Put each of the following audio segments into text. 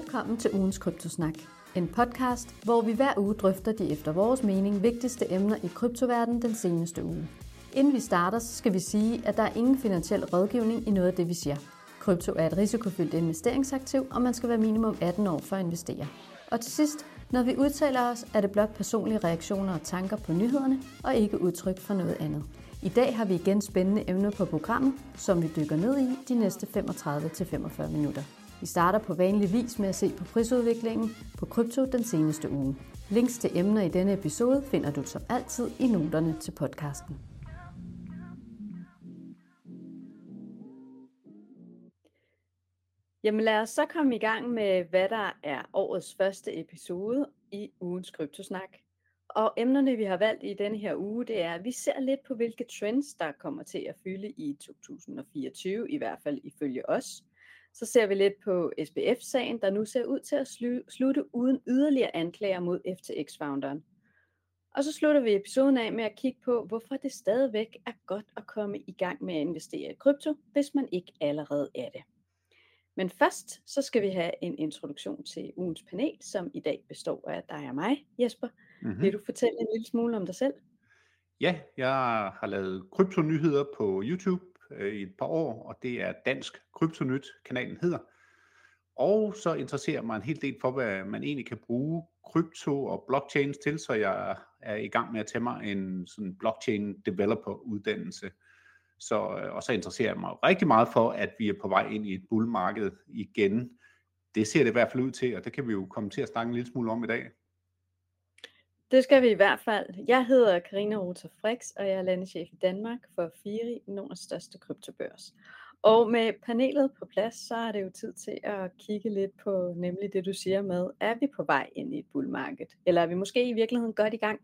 Velkommen til ugens Kryptosnak. En podcast, hvor vi hver uge drøfter de efter vores mening vigtigste emner i kryptoverdenen den seneste uge. Inden vi starter, så skal vi sige, at der er ingen finansiel rådgivning i noget af det, vi siger. Krypto er et risikofyldt investeringsaktiv, og man skal være minimum 18 år for at investere. Og til sidst, når vi udtaler os, er det blot personlige reaktioner og tanker på nyhederne, og ikke udtryk for noget andet. I dag har vi igen spændende emner på programmet, som vi dykker ned i de næste 35-45 minutter. Vi starter på vanlig vis med at se på prisudviklingen på krypto den seneste uge. Links til emner i denne episode finder du som altid i noterne til podcasten. Jamen lad os så komme i gang med, hvad der er årets første episode i ugens Kryptosnak. Og emnerne, vi har valgt i denne her uge, det er, at vi ser lidt på, hvilke trends, der kommer til at fylde i 2024, i hvert fald ifølge os. Så ser vi lidt på SBF-sagen, der nu ser ud til at slutte uden yderligere anklager mod FTX-founderen. Og så slutter vi episoden af med at kigge på, hvorfor det stadigvæk er godt at komme i gang med at investere i krypto, hvis man ikke allerede er det. Men først så skal vi have en introduktion til ugens panel, som i dag består af dig og mig, Jesper. Vil du fortælle en lille smule om dig selv? Ja, jeg har lavet kryptonyheder på YouTube i et par år, og det er Dansk Kryptonyt, kanalen hedder. Og så interesserer mig en hel del for, hvad man egentlig kan bruge krypto og blockchains til, så jeg er i gang med at tage mig en sådan blockchain developer uddannelse. Og så interesserer jeg mig rigtig meget for, at vi er på vej ind i et bullmarked igen. Det ser det i hvert fald ud til, og det kan vi jo komme til at snakke en lille smule om i dag. Det skal vi i hvert fald. Jeg hedder Karina Rota Frix, og jeg er landechef i Danmark for FIRI, Nordens største kryptobørs. Og med panelet på plads, så er det jo tid til at kigge lidt på nemlig det, du siger med, er vi på vej ind i et bullmarked? Eller er vi måske i virkeligheden godt i gang?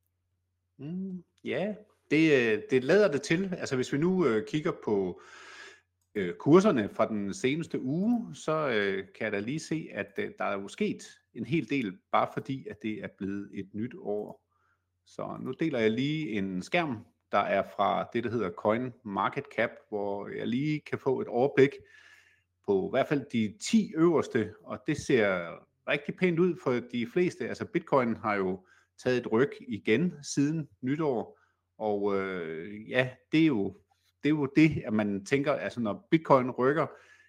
Ja, det lader det til. Altså hvis vi nu kigger på kurserne fra den seneste uge, så kan jeg da lige se, at der er jo sket en hel del, bare fordi at det er blevet et nyt år. Så nu deler jeg lige en skærm, der er fra det, der hedder Coin Market Cap, hvor jeg lige kan få et overblik på i hvert fald de 10 øverste, og det ser rigtig pænt ud for de fleste. Altså Bitcoin har jo taget et ryk igen siden nytår, og ja, det er jo det, at man tænker, altså når Bitcoin rykker,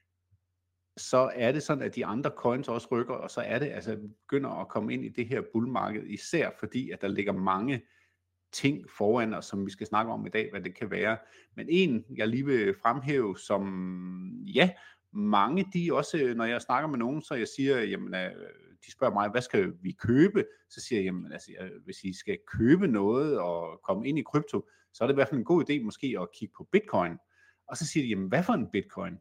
så er det sådan, at de andre coins også rykker, og så er det altså begynder at komme ind i det her bullmarked, især fordi, at der ligger mange ting foran os, som vi skal snakke om i dag, hvad det kan være. Men en, jeg lige vil fremhæve, som ja, mange de også, når jeg snakker med nogen, så jeg siger, jamen, de spørger mig, hvad skal vi købe? Så siger jeg, jamen, altså, hvis I skal købe noget og komme ind i krypto, så er det i hvert fald en god idé måske at kigge på Bitcoin. Og så siger de, jamen, hvad for en Bitcoin?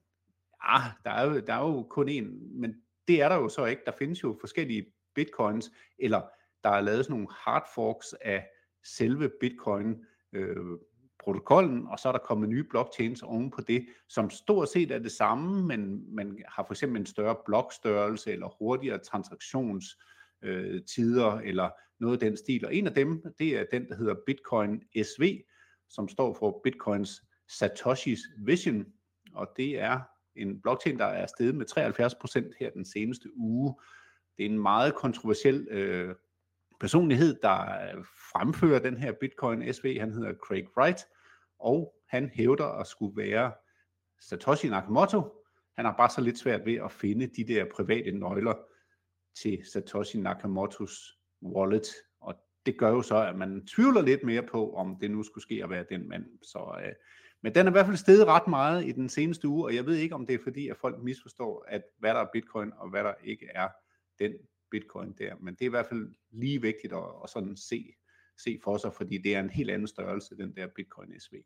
Der er jo kun én, men det er der jo så ikke. Der findes jo forskellige Bitcoins, eller der er lavet sådan nogle hard forks af selve Bitcoin protokollen, og så er der kommet nye blockchains oven på det, som stort set er det samme, men man har for eksempel en større blokstørrelse, eller hurtigere transaktionstider, eller noget af den stil. Og en af dem, det er den, der hedder Bitcoin SV, som står for Bitcoins Satoshi's Vision, og det er en blockchain, der er steget med 73% her den seneste uge. Det er en meget kontroversiel personlighed, der fremfører den her Bitcoin SV. Han hedder Craig Wright, og han hævder at skulle være Satoshi Nakamoto. Han har bare så lidt svært ved at finde de der private nøgler til Satoshi Nakamotos wallet, og det gør jo så, at man tvivler lidt mere på, om det nu skulle ske at være den mand. Men den er i hvert fald steget ret meget i den seneste uge, og jeg ved ikke, om det er fordi, at folk misforstår, at hvad der er Bitcoin, og hvad der ikke er den Bitcoin der. Men det er i hvert fald lige vigtigt at sådan se for sig, fordi det er en helt anden størrelse, den der Bitcoin SV.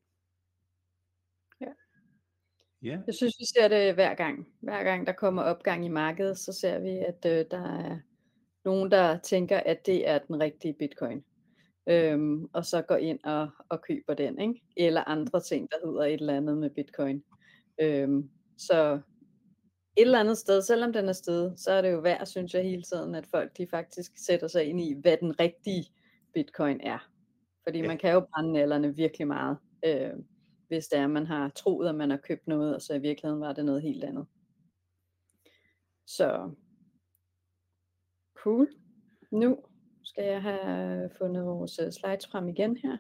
Ja. Jeg synes, vi ser det hver gang. Hver gang der kommer opgang i markedet, så ser vi, at der er nogen, der tænker, at det er den rigtige Bitcoin. Og så går ind og køber den, ikke? Eller andre ting, der hedder et eller andet med Bitcoin. Så et eller andet sted, selvom den er steget, så er det jo værd, synes jeg hele tiden, at folk de faktisk sætter sig ind i, hvad den rigtige Bitcoin er. Fordi man kan jo brænde nælderne virkelig meget, hvis det er, man har troet, at man har købt noget, og så i virkeligheden var det noget helt andet. Så Cool. Nu skal jeg have fundet vores slides frem igen her.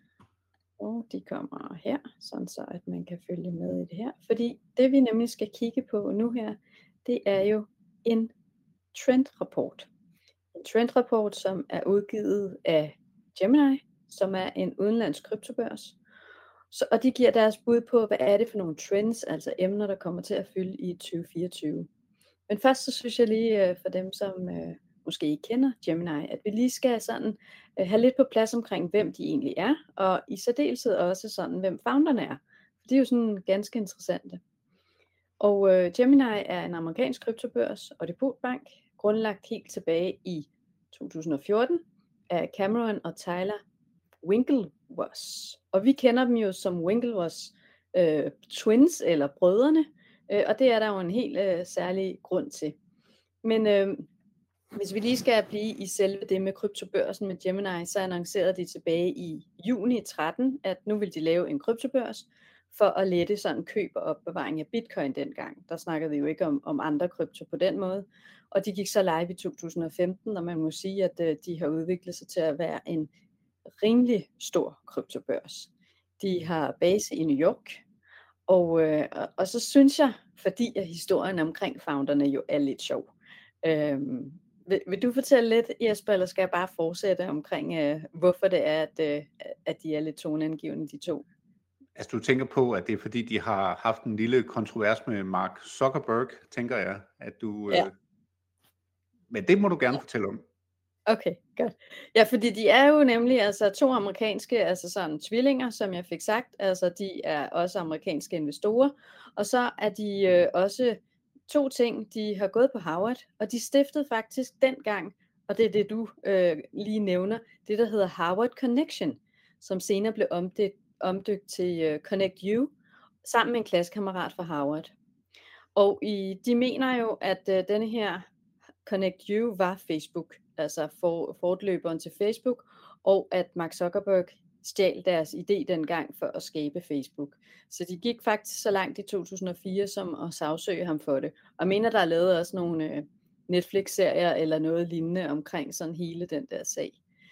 Og de kommer her, sådan så at man kan følge med i det her. Fordi det vi nemlig skal kigge på nu her, det er jo en trendrapport. En trendrapport, som er udgivet af Gemini, som er en udenlandsk kryptobørs. Og de giver deres bud på, hvad er det for nogle trends, altså emner, der kommer til at fylde i 2024. Men først så synes jeg lige for dem, som måske ikke kender Gemini, at vi lige skal sådan have lidt på plads omkring, hvem de egentlig er, og i særdeleshed også sådan, hvem founderne er. For det er jo sådan ganske interessante. Og Gemini er en amerikansk kryptobørs og depotbank, grundlagt helt tilbage i 2014 af Cameron og Tyler Winklevoss. Og vi kender dem jo som Winklevoss twins eller brødrene, og det er der jo en helt særlig grund til. Men hvis vi lige skal blive i selve det med kryptobørsen med Gemini, så annoncerede de tilbage i juni 13, at nu vil de lave en kryptobørs for at lette sådan køb og opbevaring af bitcoin dengang. Der snakkede vi jo ikke om andre krypto på den måde. Og de gik så live i 2015, og man må sige, at de har udviklet sig til at være en rimelig stor kryptobørs. De har base i New York, og så synes jeg, fordi at historien omkring founderne jo er lidt sjov. Vil du fortælle lidt, Jesper, eller skal jeg bare fortsætte omkring, hvorfor det er, at de er lidt toneangivende, de to? Altså du tænker på, at det er fordi, de har haft en lille kontrovers med Mark Zuckerberg, tænker jeg, at du... Ja. Men det må du gerne fortælle om. Okay, godt. Ja, fordi de er jo nemlig altså to amerikanske, altså sådan tvillinger, som jeg fik sagt. Altså de er også amerikanske investorer, og så er de også to ting. De har gået på Harvard, og de stiftede faktisk dengang, og det er det du lige nævner, det der hedder Harvard Connection, som senere blev omdøbt til Connect You, sammen med en klassekammerat fra Harvard. Og de mener jo, at denne her Connect You var Facebook, altså fortløberen til Facebook, og at Mark Zuckerberg stjal deres idé dengang for at skabe Facebook. Så de gik faktisk så langt i 2004 som at sagsøge ham for det. Og mener, der er lavet også nogle Netflix-serier eller noget lignende omkring sådan hele den der sag.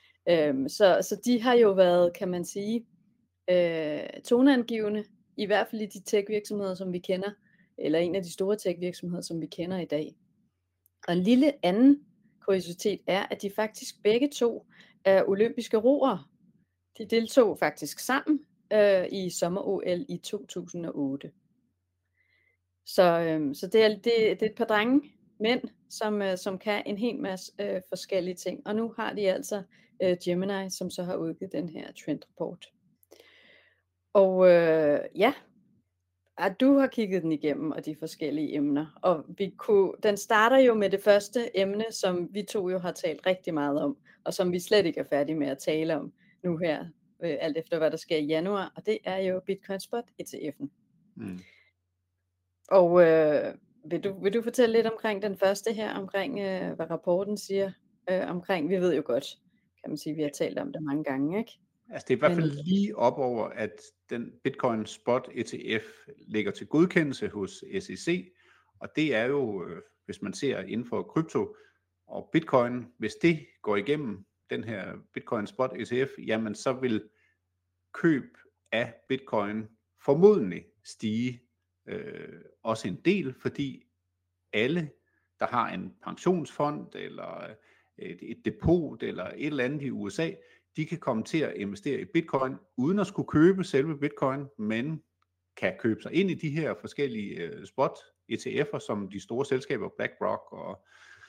Så de har jo været, kan man sige, toneangivende, i hvert fald i de tech-virksomheder, som vi kender, eller en af de store tech-virksomheder, som vi kender i dag. Og en lille anden kuriositet er, at de faktisk begge to er olympiske roere. De deltog faktisk sammen i sommer-OL i 2008. Så det er et par drenge, mænd, som kan en hel masse forskellige ting. Og nu har de altså Gemini, som så har udgivet den her trendrapport. Og ja, at du har kigget den igennem, og de forskellige emner. Og den starter jo med det første emne, som vi to jo har talt rigtig meget om, og som vi slet ikke er færdige med at tale om nu her, alt efter hvad der sker i januar, og det er jo Bitcoin Spot ETF'en. Mm. Og vil du fortælle lidt omkring den første her, omkring hvad rapporten siger, omkring, vi ved jo godt, kan man sige, vi har talt om det mange gange, ikke? Altså det er i hvert fald lige op over, at den Bitcoin Spot ETF ligger til godkendelse hos SEC, og det er jo, hvis man ser inden for krypto og Bitcoin, hvis det går igennem den her Bitcoin Spot ETF, jamen så vil køb af Bitcoin formodentlig stige også en del, fordi alle, der har en pensionsfond eller et depot eller et eller andet i USA, de kan komme til at investere i Bitcoin, uden at skulle købe selve Bitcoin, men kan købe sig ind i de her forskellige spot ETF'er, som de store selskaber, BlackRock og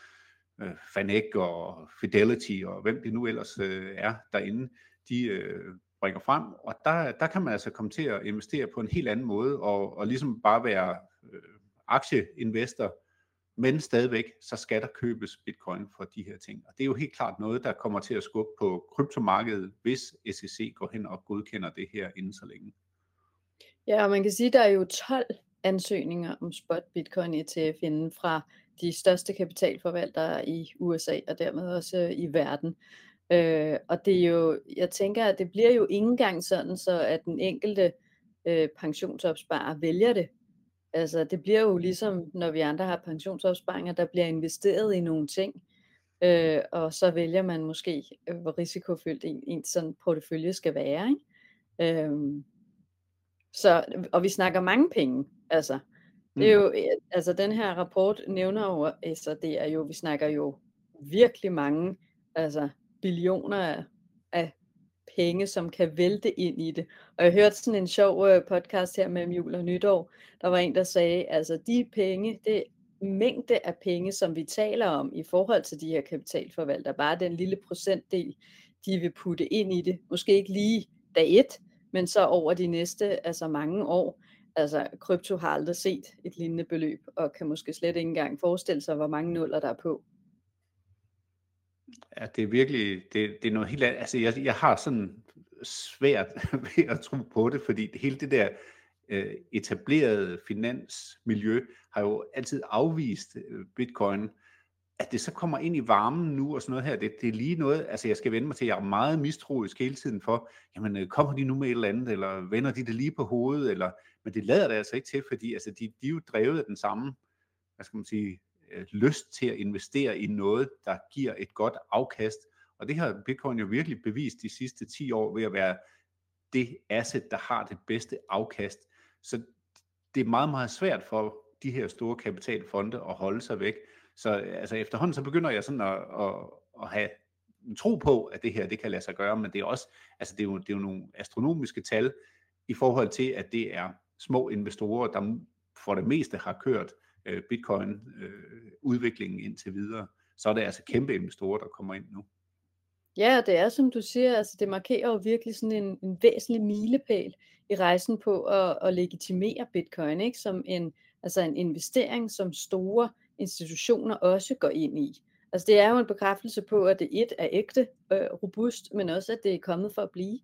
Fanek og Fidelity og hvem det nu ellers er derinde, de bringer frem. Og der kan man altså komme til at investere på en helt anden måde, og ligesom bare være aktieinvestor, men stadigvæk, så skal der købes bitcoin for de her ting. Og det er jo helt klart noget, der kommer til at skubbe på kryptomarkedet, hvis SEC går hen og godkender det her inden så længe. Ja, og man kan sige, at der er jo 12 ansøgninger om spot bitcoin ETF inden fra de største kapitalforvaltere i USA, og dermed også i verden. Og det er jo, jeg tænker, at det bliver jo ikke engang sådan, så at den enkelte pensionsopsparer vælger det. Altså det bliver jo ligesom, når vi andre har pensionsopsparinger, der bliver investeret i nogle ting. Og så vælger man måske, hvor risikofyldt en sådan portefølje skal være, ikke? Og vi snakker mange penge, altså. Det er Mm. jo, altså den her rapport nævner jo, altså det er jo, vi snakker jo virkelig mange, altså billioner af penge, som kan vælte ind i det. Og jeg hørte sådan en sjov podcast her mellem jul og nytår. Der var en, der sagde, altså de penge, det mængde af penge, som vi taler om i forhold til de her kapitalforvaltere, bare den lille procentdel, de vil putte ind i det, måske ikke lige dag et, men så over de næste, altså mange år. Altså krypto har aldrig set et lignende beløb, og kan måske slet ikke engang forestille sig, hvor mange nuller der er på. Ja, det er virkelig, det er noget helt andet. Altså, jeg har sådan svært ved at tro på det, fordi hele det der etablerede finansmiljø har jo altid afvist bitcoin. At det så kommer ind i varmen nu og sådan noget her, det er lige noget, altså jeg skal vende mig til, jeg er meget mistroisk hele tiden for, jamen kommer de nu med et eller andet, eller vender de det lige på hovedet, eller, men det lader det altså ikke til, fordi altså, de er jo drevet af den samme, hvad skal man sige, lyst til at investere i noget, der giver et godt afkast, og det har Bitcoin jo virkelig bevist de sidste 10 år ved at være det asset, der har det bedste afkast. Så det er meget, meget svært for de her store kapitalfonde at holde sig væk. Så altså efterhånden så begynder jeg sådan at have en tro på, at det her det kan lade sig gøre, men det er også, altså det er jo nogle astronomiske tal i forhold til, at det er små investorer, der for det meste har kørt Bitcoin-udviklingen indtil videre. Så er det altså kæmpe investorer, der kommer ind nu. Ja, det er som du siger, altså det markerer jo virkelig sådan en væsentlig milepæl i rejsen på at legitimere Bitcoin, ikke? Som en investering, som store institutioner også går ind i. Altså det er jo en bekræftelse på, at det er ægte, robust, men også at det er kommet for at blive.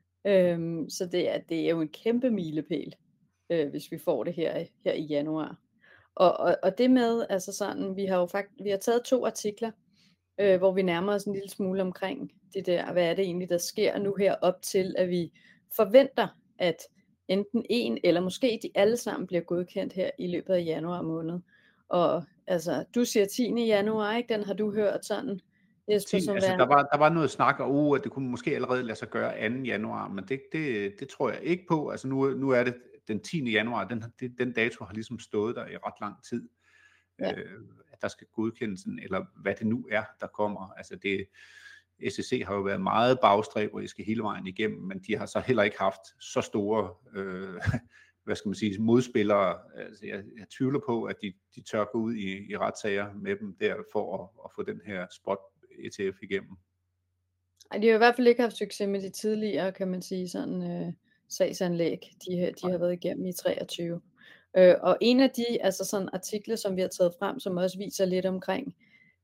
Så det er jo en kæmpe milepæl, hvis vi får det her i januar. Og det med, altså sådan, vi har taget 2 artikler, hvor vi nærmer os en lille smule omkring det der, hvad er det egentlig, der sker nu her op til, at vi forventer, at enten en eller måske de alle sammen bliver godkendt her i løbet af januar måned. Og altså, du siger 10. januar, ikke? Den har du hørt sådan, Jesper, som Altså, der var noget snak om, at det kunne måske allerede lade sig gøre 2. januar, men det tror jeg ikke på. Altså nu er det den 10. januar, den dato har ligesom stået der i ret lang tid, Ja. at der skal godkendelsen, eller hvad det nu er, der kommer. Altså SEC har jo været meget bagstræberiske hele vejen igennem, men de har så heller ikke haft så store hvad skal man sige, modspillere. Altså, jeg tvivler på, at de tør gå ud i retssager med dem der for at få den her spot ETF igennem. Ej, de har i hvert fald ikke haft succes med de tidligere, kan man sige, sådan sagsanlæg, de har været igennem i 23. Og en af de altså sådan artikler, som vi har taget frem, som også viser lidt omkring,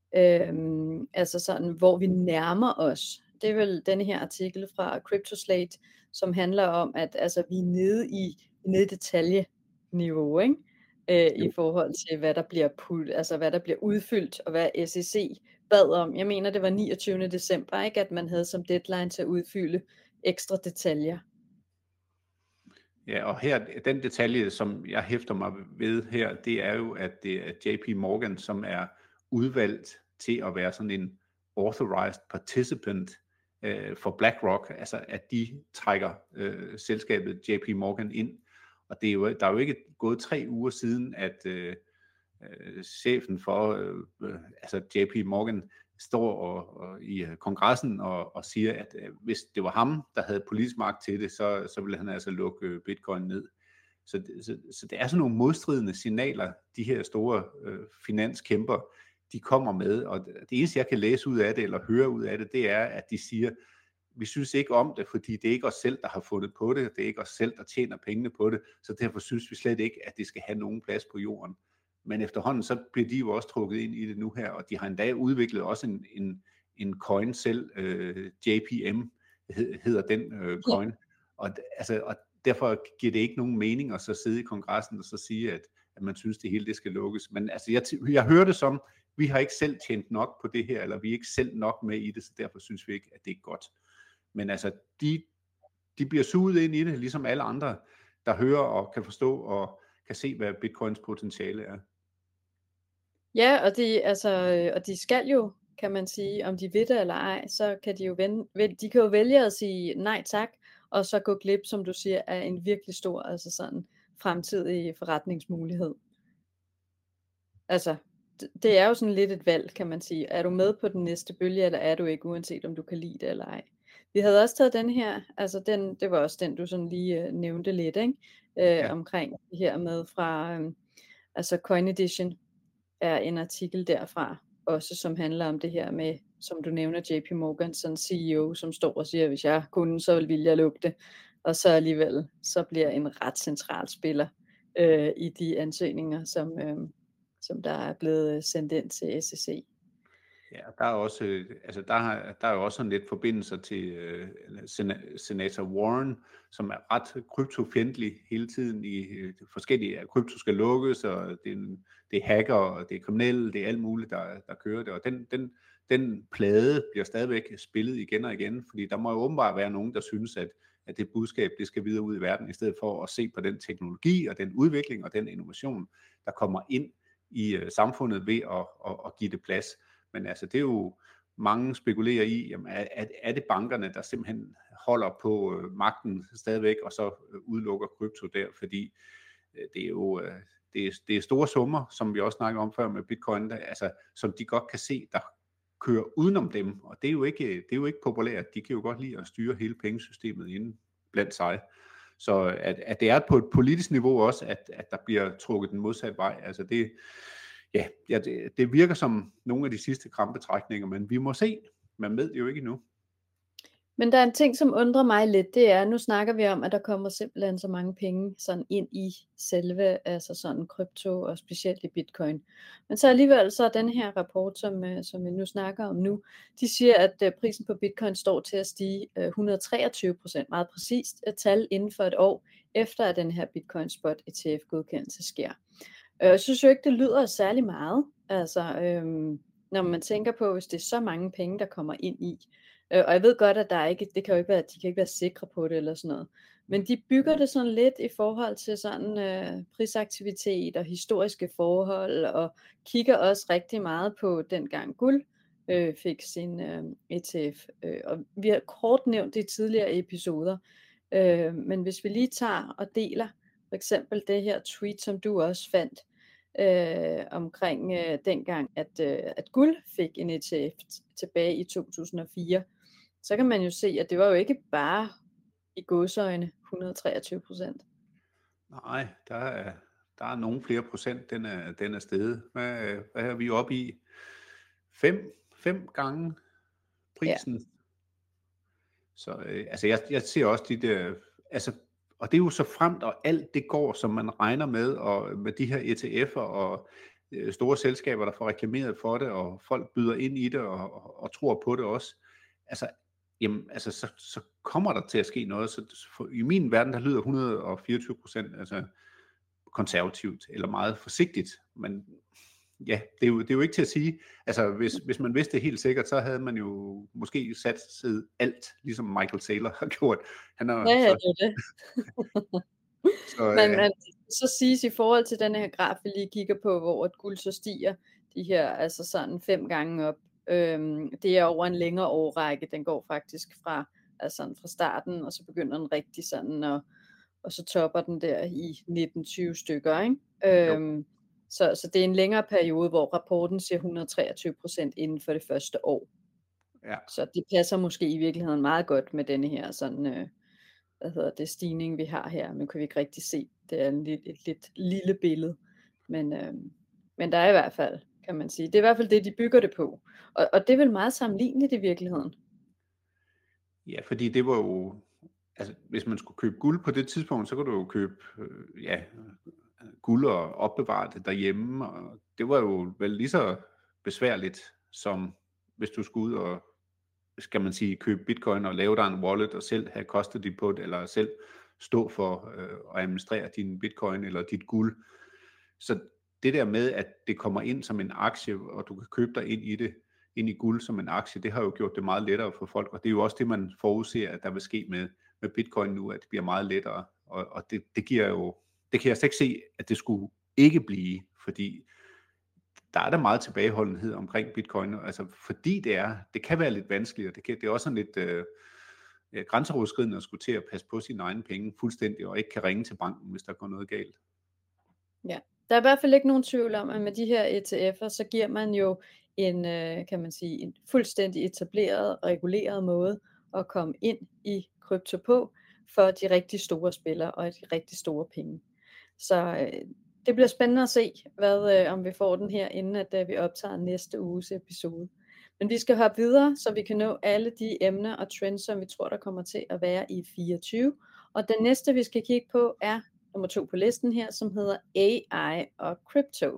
altså sådan, hvor vi nærmer os, det er vel denne her artikel fra CryptoSlate, som handler om, at altså, vi er nede i detaljeniveau, ikke? I forhold til, hvad der bliver hvad der bliver udfyldt, og hvad SEC bad om. Jeg mener, det var 29. december, ikke? At man havde som deadline til at udfylde ekstra detaljer. Ja, og her, den detalje, som jeg hæfter mig ved her, det er jo, at det er JP Morgan, som er udvalgt til at være sådan en authorized participant for BlackRock, altså at de trækker selskabet JP Morgan ind. Og det er jo, der er jo ikke gået 3 uger siden, at chefen for altså JP Morgan står og i kongressen og siger, at hvis det var ham, der havde politisk magt til det, så ville han altså lukke Bitcoin ned. Så det er sådan nogle modstridende signaler, de her store finanskæmper, de kommer med. Og det eneste, jeg kan læse ud af det, eller høre ud af det, det er, at de siger, vi synes ikke om det, fordi det er ikke os selv, der har fundet på det, det er ikke os selv, der tjener pengene på det, så derfor synes vi slet ikke, at det skal have nogen plads på jorden. Men efterhånden, så bliver de jo også trukket ind i det nu her, og de har endda udviklet også en coin selv, JPM hedder den coin, og derfor giver det ikke nogen mening at så sidde i kongressen og så sige, at man synes, det hele det skal lukkes. Men altså, jeg hører det som, vi har ikke selv tjent nok på det her, eller vi er ikke selv nok med i det, så derfor synes vi ikke, at det er godt. Men altså, de bliver suget ind i det, ligesom alle andre, der hører og kan forstå og kan se, hvad Bitcoins potentiale er. Ja, og de skal jo kan man sige, om de vil det eller ej, så kan de jo de kan jo vælge at sige nej tak, og så gå glip, som du siger, af en virkelig stor, altså sådan fremtidig forretningsmulighed. Altså, det er jo sådan lidt et valg, kan man sige. Er du med på den næste bølge, eller er du ikke, uanset om du kan lide det eller ej? Vi havde også taget den her, altså det var også den, du sådan lige nævnte lidt, ikke? Ja, Omkring det her med fra, altså CoinEdition er en artikel derfra, også som handler om det her med, som du nævner, JP Morgan, sådan CEO, som står og siger, hvis jeg kunne, så ville jeg lukke det. Og så alligevel, så bliver en ret central spiller i de ansøgninger, som der er blevet sendt ind til SEC. ja, der er også, altså der er jo også sådan lidt forbindelser til senator Warren, som er ret kryptofjendtlig hele tiden i forskellige, at krypto skal lukkes, og det er hacker, og det er kriminelle, det er alt muligt, der kører det, og den plade bliver stadigvæk spillet igen og igen, fordi der må jo åbenbart være nogen, der synes, at det budskab, det skal videre ud i verden, i stedet for at se på den teknologi, og den udvikling, og den innovation, der kommer ind i samfundet ved at give det plads. Men altså, det er jo, mange spekulerer i, jamen, er det bankerne, der simpelthen holder på magten stadigvæk, og så udelukker krypto der, fordi det er jo det er store summer, som vi også snakkede om før med Bitcoin, der, altså, som de godt kan se, der kører udenom dem, og det er jo ikke populært. De kan jo godt lide at styre hele pengesystemet inden blandt sig. Så at det er på et politisk niveau også, at der bliver trukket den modsatte vej, altså det virker som nogle af de sidste krampetrækninger, men vi må se. Man ved det jo ikke endnu. Men der er en ting, som undrer mig lidt, det er, nu snakker vi om, at der kommer simpelthen så mange penge sådan ind i selve, altså sådan krypto, og specielt i bitcoin. Men så alligevel, så er den her rapport, som vi nu snakker om nu, de siger, at prisen på bitcoin står til at stige 123%, meget præcist, et tal inden for et år, efter at den her bitcoin spot ETF godkendelse sker. Jeg synes jo ikke, det lyder særlig meget, altså når man tænker på, hvis det er så mange penge, der kommer ind i. Og jeg ved godt, at det kan jo ikke være, de kan ikke være sikre på det eller sådan noget. Men de bygger det sådan lidt i forhold til sådan prisaktivitet og historiske forhold, og kigger også rigtig meget på dengang guld fik sin ETF. Og vi har kort nævnt det i tidligere episoder. Men hvis vi lige tager og deler for eksempel det her tweet, som du også fandt, omkring dengang, at guld fik en ETF tilbage i 2004, så kan man jo se, at det var jo ikke bare i gåseøjne 123%. Nej, der er nogle flere procent, den er steget. Hvad er vi oppe i? 5 gange prisen. Ja. Så altså jeg ser også de der, altså, og det er jo så fremt, og alt det går, som man regner med, og med de her ETF'er og store selskaber, der får reklameret for det, og folk byder ind i det, og tror på det også. Altså, jamen, altså så kommer der til at ske noget. Så i min verden, der lyder 124%, altså konservativt, eller meget forsigtigt, men ja, det er jo ikke til at sige. Altså, hvis man vidste det helt sikkert, så havde man jo måske satset alt, ligesom Michael Saylor har gjort. Han har Ja, det er det. Men så siges i forhold til den her graf, vi lige kigger på, hvor et guld så stiger de her, altså sådan 5 gange op. Det er over en længere årrække. Den går faktisk fra starten, og så begynder den rigtig sådan, og så topper den der i 1920 stykker, ikke? Så det er en længere periode, hvor rapporten siger 123% inden for det første år. Ja. Så det passer måske i virkeligheden meget godt med denne her sådan, stigning, vi har her. Nu kan vi ikke rigtig se, det er et lidt lille billede, men der er i hvert fald, kan man sige, det er i hvert fald det, de bygger det på. Og det er vel meget sammenligneligt i virkeligheden. Ja, fordi det var jo, altså hvis man skulle købe guld på det tidspunkt, så kunne du jo købe guld og opbevare det derhjemme, og det var jo vel lige så besværligt, som hvis du skulle ud og, skal man sige, købe bitcoin og lave dig en wallet og selv have kostet dit på det, eller selv stå for at administrere din bitcoin eller dit guld. Så det der med, at det kommer ind som en aktie, og du kan købe dig ind i guld som en aktie, det har jo gjort det meget lettere for folk, og det er jo også det, man forudser, at der vil ske med bitcoin nu, at det bliver meget lettere, og det giver jo, det kan jeg slet ikke se, at det skulle ikke blive, fordi der er der meget tilbageholdenhed omkring bitcoin, altså fordi det kan være lidt vanskeligt, og det er også sådan lidt grænseoverskridende at skulle til at passe på sine egne penge fuldstændig, og ikke kan ringe til banken, hvis der går noget galt. Ja, der er i hvert fald ikke nogen tvivl om, at med de her ETF'er, så giver man jo en, kan man sige, en fuldstændig etableret, reguleret måde at komme ind i krypto på for de rigtig store spillere og de rigtig store penge. Så det bliver spændende at se, om vi får den her, inden at vi optager næste uges episode. Men vi skal hoppe videre, så vi kan nå alle de emner og trends, som vi tror, der kommer til at være i 24. Og den næste, vi skal kigge på, er nummer 2 på listen her, som hedder AI og crypto.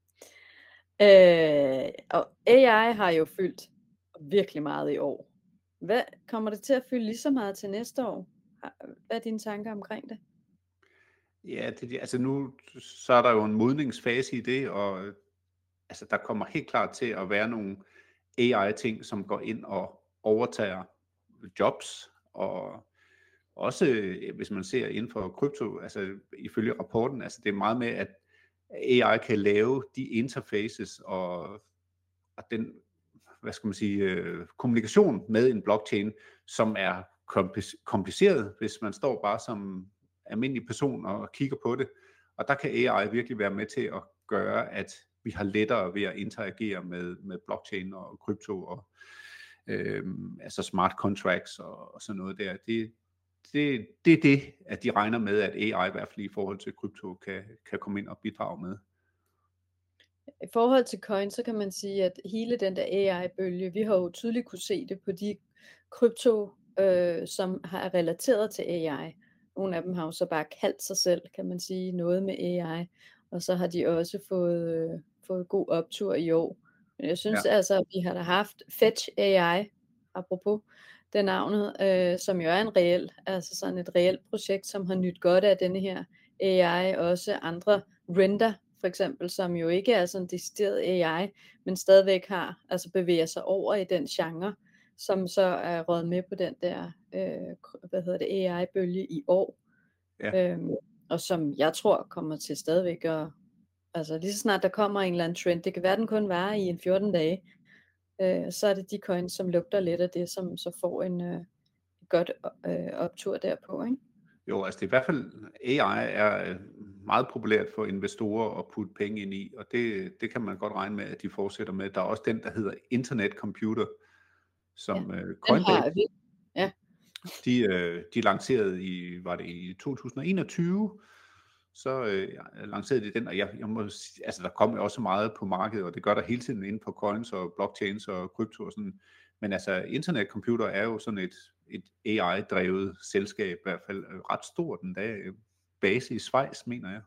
Og AI har jo fyldt virkelig meget i år. Hvad kommer det til at fylde lige så meget til næste år? Hvad er dine tanker omkring det? Ja, altså nu så er der jo en modningsfase i det, og altså der kommer helt klart til at være nogle AI-ting, som går ind og overtager jobs, og også hvis man ser inden for krypto, altså ifølge rapporten, altså det er meget med, at AI kan lave de interfaces og den, hvad skal man sige, kommunikation med en blockchain, som er kompliceret, hvis man står bare som almindelig person og kigger på det. Og der kan AI virkelig være med til at gøre, at vi har lettere ved at interagere med blockchain og krypto og altså smart contracts og sådan noget der. Det er det, at de regner med, at AI i hvert fald i forhold til krypto kan komme ind og bidrage med. I forhold til coin, så kan man sige, at hele den der AI-bølge, vi har jo tydeligt kunne se det på de krypto, som har relateret til AI. Nogle af dem har jo så bare kaldt sig selv, kan man sige, noget med AI, og så har de også fået god optur i år. Men jeg synes altså, at vi har da haft Fetch AI, apropos det navnet, som jo er altså sådan et reelt projekt, som har nydt godt af denne her AI, også andre Render for eksempel, som jo ikke er sådan decideret AI, men stadigvæk altså bevæger sig over i den genre, som så er røget med på den der, AI-bølge i år. Ja. Og som jeg tror kommer til stadigvæk at, altså lige så snart der kommer en eller anden trend, det kan være den kun varer i en 14 dage, så er det de coins, som lugter lidt af det, som så får en godt optur derpå, ikke? Jo, altså det er i hvert fald, AI er meget populært for investorer at putte penge ind i, og det kan man godt regne med, at de fortsætter med. Der er også den, der hedder Internet Computer, som Coinbase, de lancerede i 2021, så lancerede de den, og jeg må sige, altså der kommer jo også meget på markedet, og det gør der hele tiden inden for coins og blockchains og krypto og sådan. Men altså Internet Computer er jo sådan et AI-drevet selskab, i hvert fald ret stort endda, base i Schweiz, mener jeg.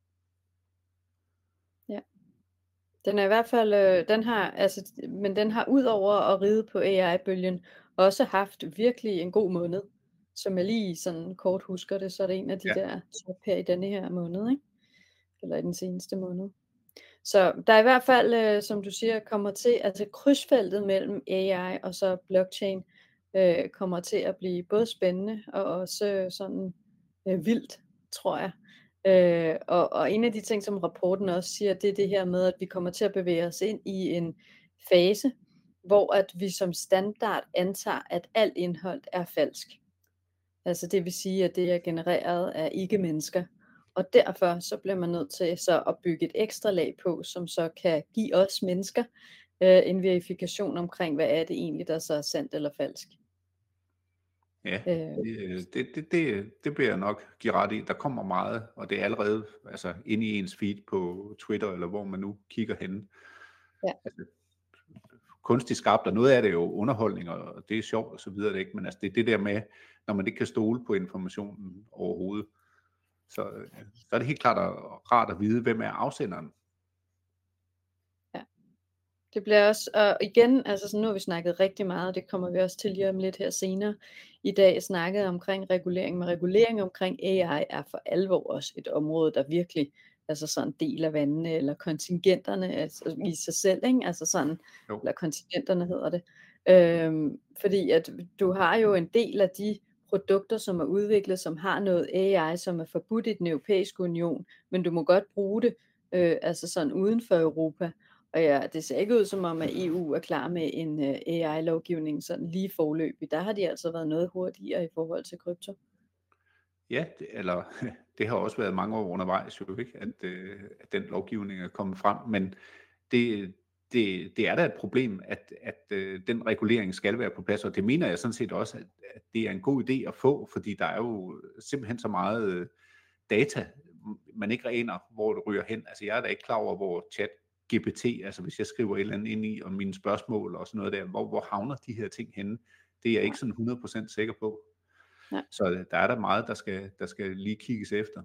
Ja. Den er i hvert fald, men den har ud over at ride på AI-bølgen, også haft virkelig en god måned. Som jeg lige sådan kort husker det, så er det en af de der top her i denne her måned, ikke? Eller i den seneste måned. Så der er i hvert fald, som du siger, kommer til, altså krydsfeltet mellem AI og så blockchain, kommer til at blive både spændende og også sådan vildt, tror jeg. Og en af de ting, som rapporten også siger, det er det her med, at vi kommer til at bevæge os ind i en fase, hvor at vi som standard antager, at alt indhold er falsk. Altså det vil sige, at det er genereret af ikke-mennesker. Og derfor så bliver man nødt til så at bygge et ekstra lag på, som så kan give os mennesker en verifikation omkring, hvad er det egentlig, der så er sandt eller falsk. Ja, det bliver jeg nok give ret i. Der kommer meget, og det er allerede altså inde i ens feed på Twitter, eller hvor man nu kigger hen. Ja. Altså, kunstigt skabt, og noget af det er jo underholdning, og det er sjovt og så videre, ikke? Men altså det er det der med, når man ikke kan stole på informationen overhovedet, så er det helt klart rart at vide, hvem er afsenderen. Ja, det bliver også, og igen, altså så nu har vi snakket rigtig meget, og det kommer vi også til lige om lidt her senere i dag, snakket omkring regulering, men regulering omkring AI er for alvor også et område, der virkelig, altså sådan del af vandene, eller kontingenterne altså i sig selv, ikke? Altså sådan, eller kontingenterne hedder det, fordi at du har jo en del af de produkter, som er udviklet, som har noget AI, som er forbudt i den europæiske union, men du må godt bruge det, altså sådan uden for Europa. Og ja, det ser ikke ud som om, at EU er klar med en AI-lovgivning sådan lige foreløbig. Der har de altså været noget hurtigere i forhold til krypto. Ja, eller det har også været mange år undervejs jo ikke, at den lovgivning er kommet frem, men det, det er da et problem, at den regulering skal være på plads, og det mener jeg sådan set også, at det er en god idé at få, fordi der er jo simpelthen så meget data, man ikke aner, hvor det ryger hen. Altså jeg er da ikke klar over, hvor ChatGPT, altså hvis jeg skriver et eller andet ind i om mine spørgsmål og sådan noget der, hvor havner de her ting henne? Det er jeg ikke sådan 100% sikker på. Nej. Så der er der meget, der skal lige kigges efter.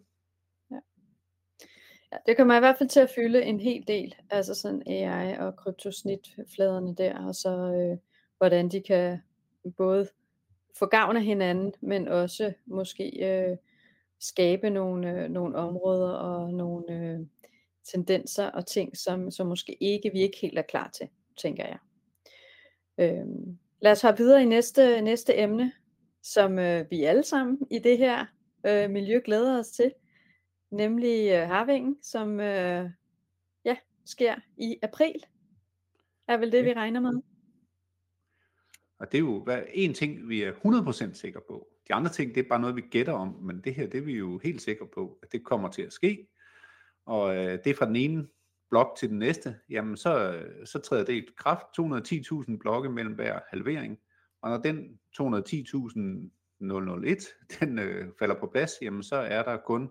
Ja, det kommer i hvert fald til at fylde en hel del, altså sådan AI og kryptosnitfladerne der, og så hvordan de kan både få gavn af hinanden, men også måske skabe nogle områder og nogle tendenser og ting, som måske ikke vi ikke helt er klar til, tænker jeg. Lad os hoppe videre i næste emne, som vi alle sammen i det her miljø glæder os til, nemlig halvingen, som sker i april, er vel det, vi regner med. Og det er jo en ting, vi er 100% sikre på. De andre ting, det er bare noget, vi gætter om, men det her, det er vi jo helt sikre på, at det kommer til at ske. Og det er fra den ene blok til den næste, jamen så træder det i kraft, 210.000 blokke mellem hver halvering. Og når den 210.001, den falder på plads, jamen så er der kun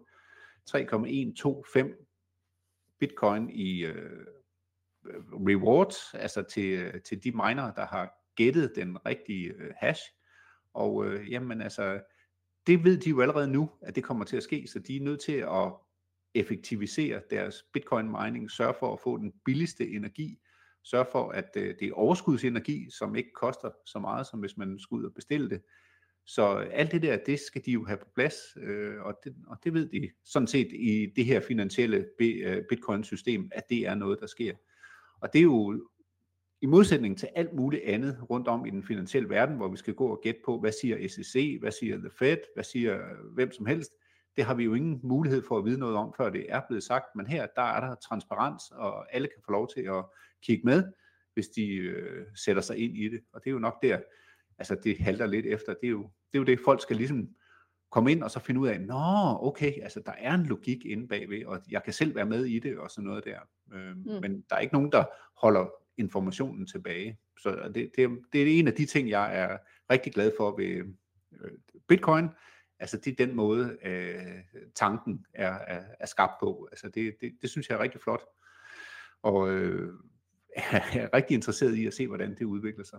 3,125 bitcoin i rewards, altså til de minere, der har gættet den rigtige hash. Og jamen altså, det ved de jo allerede nu, at det kommer til at ske, så de er nødt til at effektivisere deres bitcoin mining, sørge for at få den billigste energi, sørge for, at det er overskudsenergi, som ikke koster så meget, som hvis man skulle ud og bestille det. Så alt det der, det skal de jo have på plads, og det ved de sådan set i det her finansielle bitcoin-system, at det er noget, der sker. Og det er jo i modsætning til alt muligt andet rundt om i den finansielle verden, hvor vi skal gå og gætte på, hvad siger SEC, hvad siger The Fed, hvad siger hvem som helst. Det har vi jo ingen mulighed for at vide noget om, før det er blevet sagt. Men her, der er der transparens, og alle kan få lov til at kigge med, hvis de sætter sig ind i det. Og det er jo nok der, altså det halter lidt efter. Det er jo det, folk skal ligesom komme ind og så finde ud af, nå, okay, altså der er en logik inde bagved, og jeg kan selv være med i det, og sådan noget der. Men der er ikke nogen, der holder informationen tilbage. Så det er en af de ting, jeg er rigtig glad for ved Bitcoin. Altså det er den måde, tanken er skabt på. Altså det synes jeg er rigtig flot. Og jeg er rigtig interesseret i at se, hvordan det udvikler sig.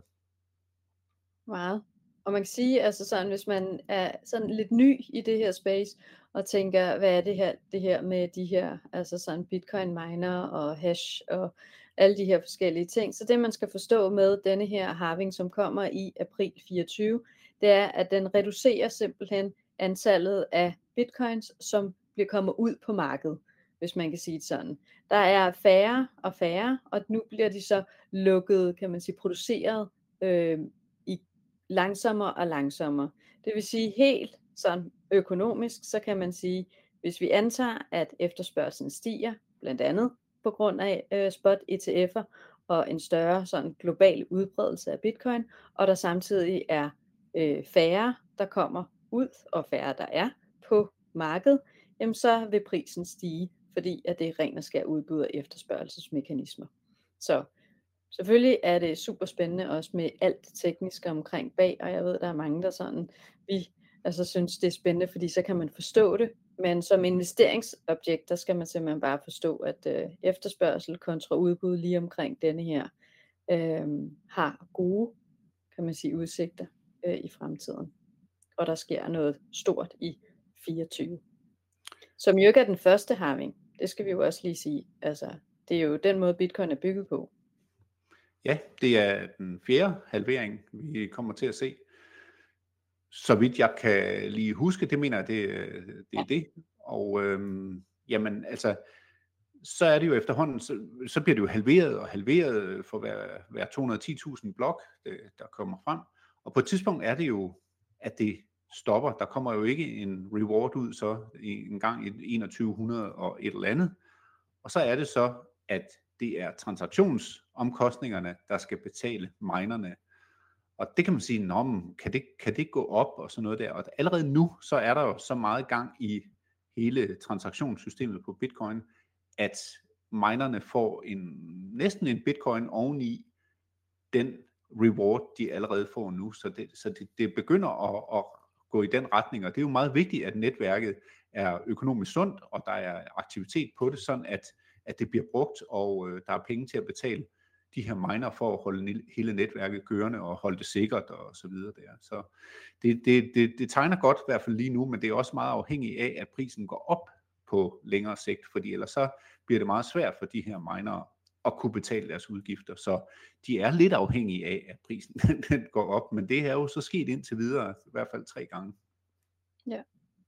Meget. Og man kan sige, altså sådan, hvis man er sådan lidt ny i det her space, og tænker, hvad er det her med de her, altså sådan bitcoin miner og hash og alle de her forskellige ting. Så det man skal forstå med denne her halving, som kommer i april 24, det er, at den reducerer simpelthen antallet af bitcoins, som kommer ud på markedet, hvis man kan sige det sådan. Der er færre og færre, og nu bliver de så lukket, kan man sige, produceret langsommere og langsommere. Det vil sige helt sådan økonomisk, så kan man sige, hvis vi antager, at efterspørgselen stiger, blandt andet på grund af spot ETF'er og en større sådan global udbredelse af bitcoin, og der samtidig er færre, der kommer ud, og færre, der er på markedet, jamen så vil prisen stige, fordi at det er ren og skær udbud og efterspørgselsmekanismer. Så selvfølgelig er det super spændende også med alt det tekniske omkring bag, og jeg ved, der er mange, der sådan, synes, det er spændende, fordi så kan man forstå det, men som investeringsobjekt, der skal man simpelthen bare forstå, at efterspørgsel kontra udbud lige omkring denne her, har gode, kan man sige, udsigter i fremtiden. Og der sker noget stort i 24. Som jo ikke er den første halving, det skal vi jo også lige sige. Altså, det er jo den måde, Bitcoin er bygget på. Ja, det er den fjerde halvering, vi kommer til at se. Så vidt jeg kan lige huske, det mener jeg, det er det. Og jamen altså, så er det jo efterhånden, så bliver det jo halveret og halveret for hver 210.000 blok, der kommer frem. Og på et tidspunkt er det jo, at det stopper. Der kommer jo ikke en reward ud så en gang i 2100 og et eller andet. Og så er det så, at det er transaktionsomkostningerne, der skal betale minerne. Og det kan man sige, kan det gå op og sådan noget der. Og allerede nu, så er der jo så meget gang i hele transaktionssystemet på Bitcoin, at minerne får næsten en Bitcoin oveni den reward, de allerede får nu. Så det begynder at gå i den retning, og det er jo meget vigtigt, at netværket er økonomisk sundt, og der er aktivitet på det, sådan at det bliver brugt, og der er penge til at betale de her miner for at holde hele netværket kørende og holde det sikkert og så videre der. Så det tegner godt i hvert fald lige nu, men det er også meget afhængigt af, at prisen går op på længere sigt, fordi ellers så bliver det meget svært for de her minere at kunne betale deres udgifter. Så de er lidt afhængige af, at prisen den går op, men det er jo så sket indtil videre, i hvert fald 3 gange. Ja.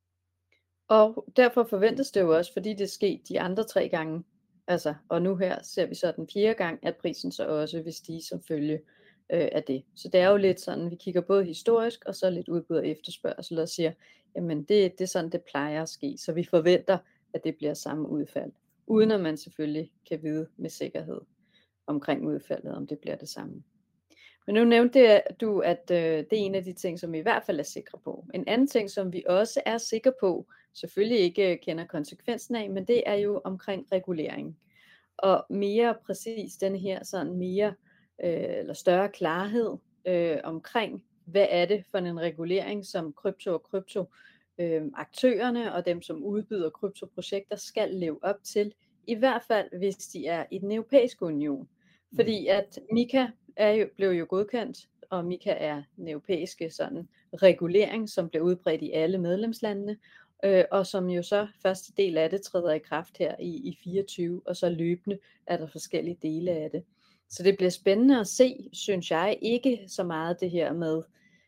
Og derfor forventes det jo også, fordi det er sket de andre 3 gange, altså, og nu her ser vi så den 4. gang, at prisen så også vil stige som følge af det. Så det er jo lidt sådan, vi kigger både historisk, og så lidt udbud og efterspørgsel, og siger, jamen det er sådan, det plejer at ske. Så vi forventer, at det bliver samme udfald, uden at man selvfølgelig kan vide med sikkerhed omkring udfaldet, om det bliver det samme. Men nu nævnte du, at det er en af de ting, som vi i hvert fald er sikre på. En anden ting, som vi også er sikre på, selvfølgelig ikke kender konsekvensen af, men det er jo omkring regulering. Og mere præcis den her sådan mere eller større klarhed omkring, hvad er det for en regulering, som krypto og kryptoaktørerne og dem, som udbyder kryptoprojekter, skal leve op til, i hvert fald hvis de er i den europæiske union. Fordi at MiCA blev jo godkendt, og MiCA er den europæiske sådan regulering, som blev udbredt i alle medlemslandene, og som jo så første del af det træder i kraft her i 24, og så løbende er der forskellige dele af det. Så det bliver spændende at se, synes jeg, ikke så meget det her med,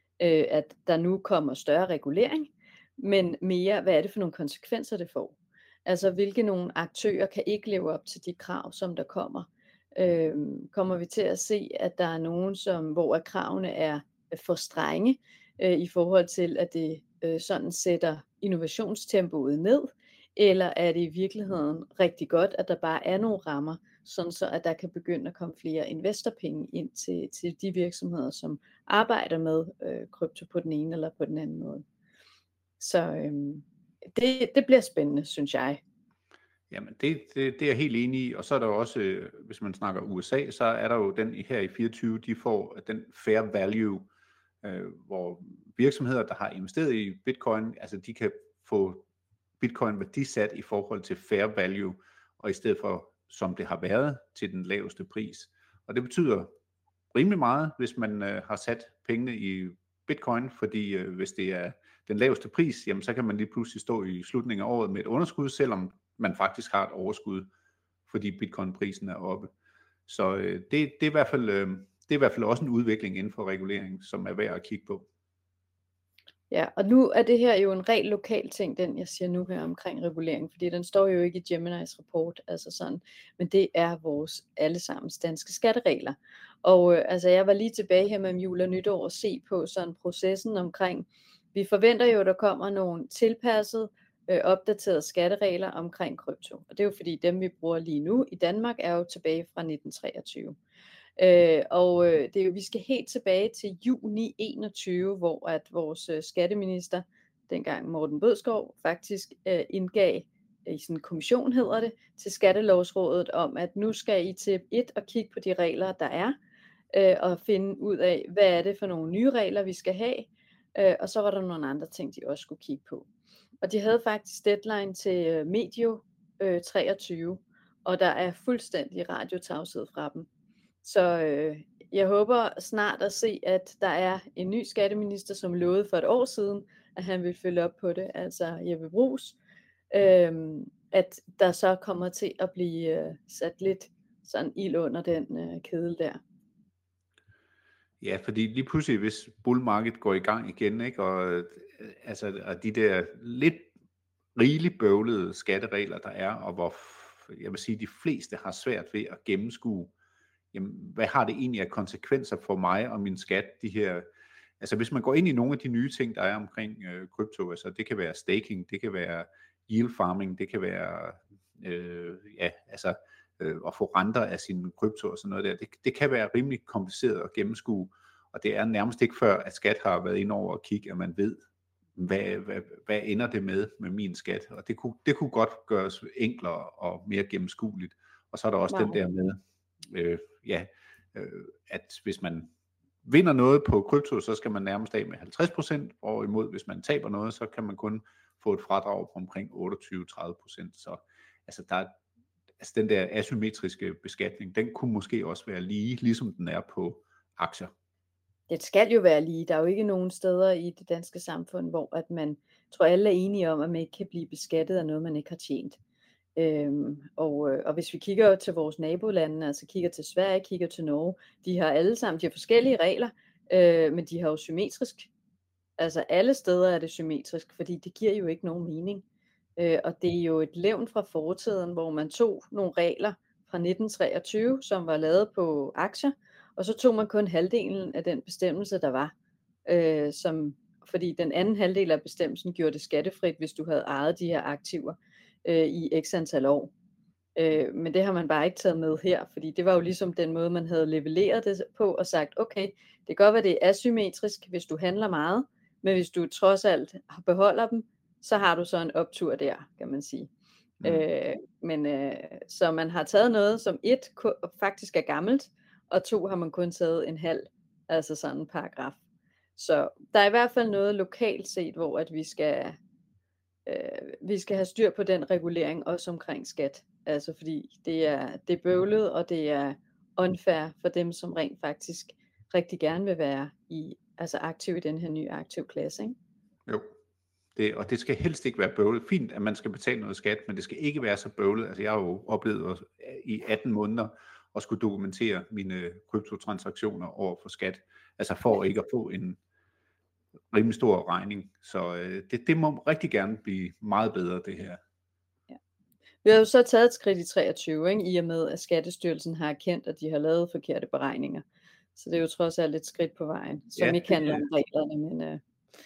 at der nu kommer større regulering, men mere, hvad er det for nogle konsekvenser, det får? Altså, hvilke nogle aktører kan ikke leve op til de krav, som der kommer? Kommer vi til at se, at der er nogen, hvor kravene er for strenge i forhold til, at det sådan sætter innovationstempoet ned, eller er det i virkeligheden rigtig godt, at der bare er nogle rammer, sådan så at der kan begynde at komme flere investorpenge ind til de virksomheder, som arbejder med krypto på den ene eller på den anden måde. Så det bliver spændende, synes jeg. Jamen, det er jeg helt enig i, og så er der jo også, hvis man snakker USA, så er der jo den her i 24, de får den fair value, hvor virksomheder, der har investeret i Bitcoin, altså de kan få Bitcoin værdisat i forhold til fair value, og i stedet for, som det har været, til den laveste pris. Og det betyder rimelig meget, hvis man har sat pengene i Bitcoin, fordi hvis det er den laveste pris, jamen så kan man lige pludselig stå i slutningen af året med et underskud, selvom man faktisk har et overskud, fordi Bitcoin-prisen er oppe. Så det er i hvert fald også en udvikling inden for regulering, som er værd at kigge på. Ja, og nu er det her jo en rent lokal ting, den jeg siger nu her omkring regulering, fordi den står jo ikke i Geminis rapport, altså sådan, men det er vores allesammens danske skatteregler. Og altså jeg var lige tilbage her med jul og nytår og se på sådan processen omkring, vi forventer jo, at der kommer nogle tilpassede, opdaterede skatteregler omkring krypto. Og det er jo fordi dem, vi bruger lige nu i Danmark, er jo tilbage fra 1923. Vi skal helt tilbage til juni 21, hvor at vores skatteminister, dengang Morten Bødskov, faktisk indgav i sådan en kommission, hedder det, til Skattelovsrådet om, at nu skal I til og kigge på de regler, der er, og finde ud af, hvad er det for nogle nye regler, vi skal have, og så var der nogle andre ting, de også skulle kigge på. Og de havde faktisk deadline til medio 23, og der er fuldstændig radiotavshed fra dem. Så jeg håber snart at se, at der er en ny skatteminister, som lovede for et år siden, at han vil følge op på det, altså Jeppe Bruus, at der så kommer til at blive sat lidt sådan ild under den kedel der. Ja, fordi lige pludselig, hvis bullmarkedet går i gang igen, ikke, og de der lidt rigeligt bøvlede skatteregler, der er, og hvor jeg vil sige, de fleste har svært ved at gennemskue, jamen, hvad har det egentlig af konsekvenser for mig og min skat, de her, altså hvis man går ind i nogle af de nye ting, der er omkring krypto, altså det kan være staking, det kan være yield farming, det kan være at få renter af sine krypto og sådan noget der. Det kan være rimelig kompliceret at gennemskue, og det er nærmest ikke før, at skat har været inde over at kigge, at man ved, hvad ender det med min skat, og det kunne godt gøres enklere og mere gennemskueligt. Og så er der også den der med, at hvis man vinder noget på krypto, så skal man nærmest af med 50%, og imod hvis man taber noget, så kan man kun få et fradrag på omkring 28-30%. Så altså den der asymmetriske beskatning, den kunne måske også være lige, ligesom den er på aktier. Det skal jo være lige. Der er jo ikke nogen steder i det danske samfund, hvor at man tror alle er enige om, at man ikke kan blive beskattet af noget, man ikke har tjent. Og hvis vi kigger til vores nabolande, altså kigger til Sverige, kigger til Norge, de har alle sammen, de har forskellige regler, men de har jo symmetrisk. Altså alle steder er det symmetrisk, fordi det giver jo ikke nogen mening. Og det er jo et levn fra fortiden, hvor man tog nogle regler fra 1923, som var lavet på aktier, og så tog man kun halvdelen af den bestemmelse, der var. Fordi den anden halvdel af bestemmelsen gjorde det skattefrit, hvis du havde ejet de her aktiver i x antal år. Men det har man bare ikke taget med her, fordi det var jo ligesom den måde, man havde leveleret det på og sagt, okay, det kan godt være, det er asymmetrisk, hvis du handler meget, men hvis du trods alt beholder dem, så har du så en optur der, kan man sige. Så man har taget noget, som faktisk er gammelt, og 2 har man kun taget en halv, altså sådan en paragraf. Så der er i hvert fald noget lokalt set, hvor at vi skal have styr på den regulering, også omkring skat. Altså fordi det er bøvlet, og det er unfair for dem, som rent faktisk rigtig gerne vil være aktiv i den her nye aktivklasse, ikke? Jo. Og det skal helst ikke være bøvlet. Fint, at man skal betale noget skat, men det skal ikke være så bøvlet. Altså jeg har jo oplevet i 18 måneder at skulle dokumentere mine kryptotransaktioner over for skat. Altså for ikke at få en rimelig stor regning. Så det må rigtig gerne blive meget bedre, det her. Ja. Vi har jo så taget et skridt i 23, ikke? I og med, at Skattestyrelsen har erkendt, at de har lavet forkerte beregninger. Så det er jo trods alt et skridt på vejen, som ikke handler om reglerne,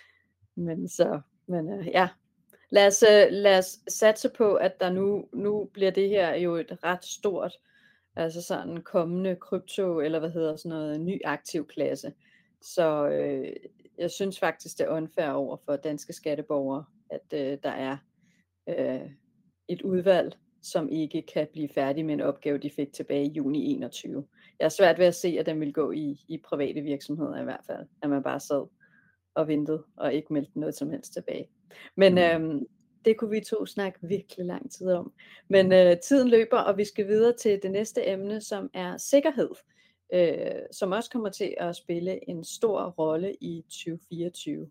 men lad os satse på, at der nu bliver det her jo et ret stort, altså sådan kommende krypto, eller ny aktiv klasse. Så jeg synes faktisk, det er unfair over for danske skatteborgere, at der er et udvalg, som ikke kan blive færdig med en opgave, de fik tilbage i juni 21. Jeg er svært ved at se, at den vil gå i private virksomheder i hvert fald, at man bare sad og ventede og ikke meldte noget som helst tilbage. Men det kunne vi 2 snakke virkelig lang tid om. Men tiden løber, og vi skal videre til det næste emne, som er sikkerhed, som også kommer til at spille en stor rolle i 2024.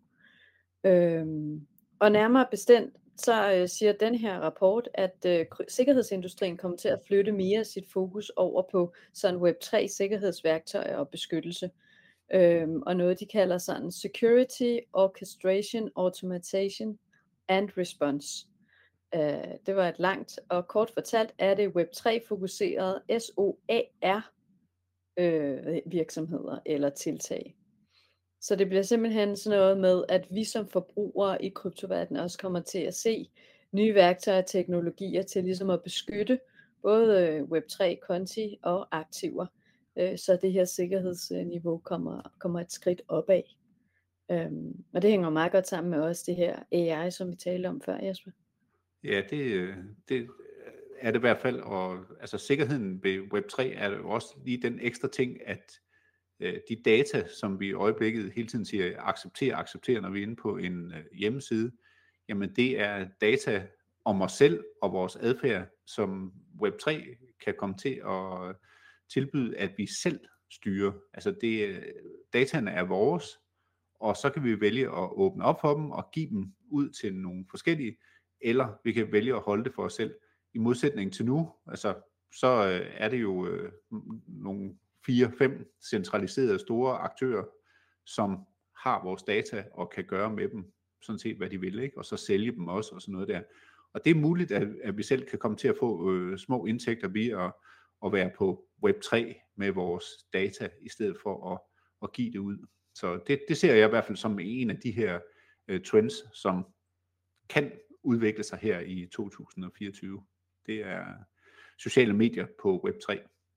Og nærmere bestemt, så siger den her rapport, at sikkerhedsindustrien kommer til at flytte mere af sit fokus over på sådan Web3 sikkerhedsværktøjer og beskyttelse. Og noget de kalder sådan Security, Orchestration, Automation and Response. Det var et langt og kort fortalt er det Web3 fokuserede SOAR virksomheder eller tiltag. Så det bliver simpelthen sådan noget med, at vi som forbrugere i kryptoverdenen også kommer til at se nye værktøjer og teknologier til ligesom at beskytte både Web3-konti og aktiver, så det her sikkerhedsniveau kommer et skridt opad. Og det hænger meget godt sammen med også det her AI, som vi talte om før, Jesper. Ja, det er det i hvert fald, og altså sikkerheden ved Web3 er jo også lige den ekstra ting, at de data, som vi i øjeblikket hele tiden siger acceptere, når vi er inde på en hjemmeside, jamen det er data om os selv og vores adfærd, som Web3 kan komme til at tilbyde, at vi selv styrer. Altså dataene er vores, og så kan vi vælge at åbne op for dem og give dem ud til nogle forskellige, eller vi kan vælge at holde det for os selv. I modsætning til nu, altså så er det jo nogle 4-5 centraliserede store aktører, som har vores data og kan gøre med dem sådan set, hvad de vil, ikke? Og så sælge dem også og sådan noget der. Og det er muligt, at vi selv kan komme til at få små indtægter ved at være på Web3 med vores data, i stedet for at give det ud. Så det ser jeg i hvert fald som en af de her trends, som kan udvikle sig her i 2024. Det er sociale medier på Web3.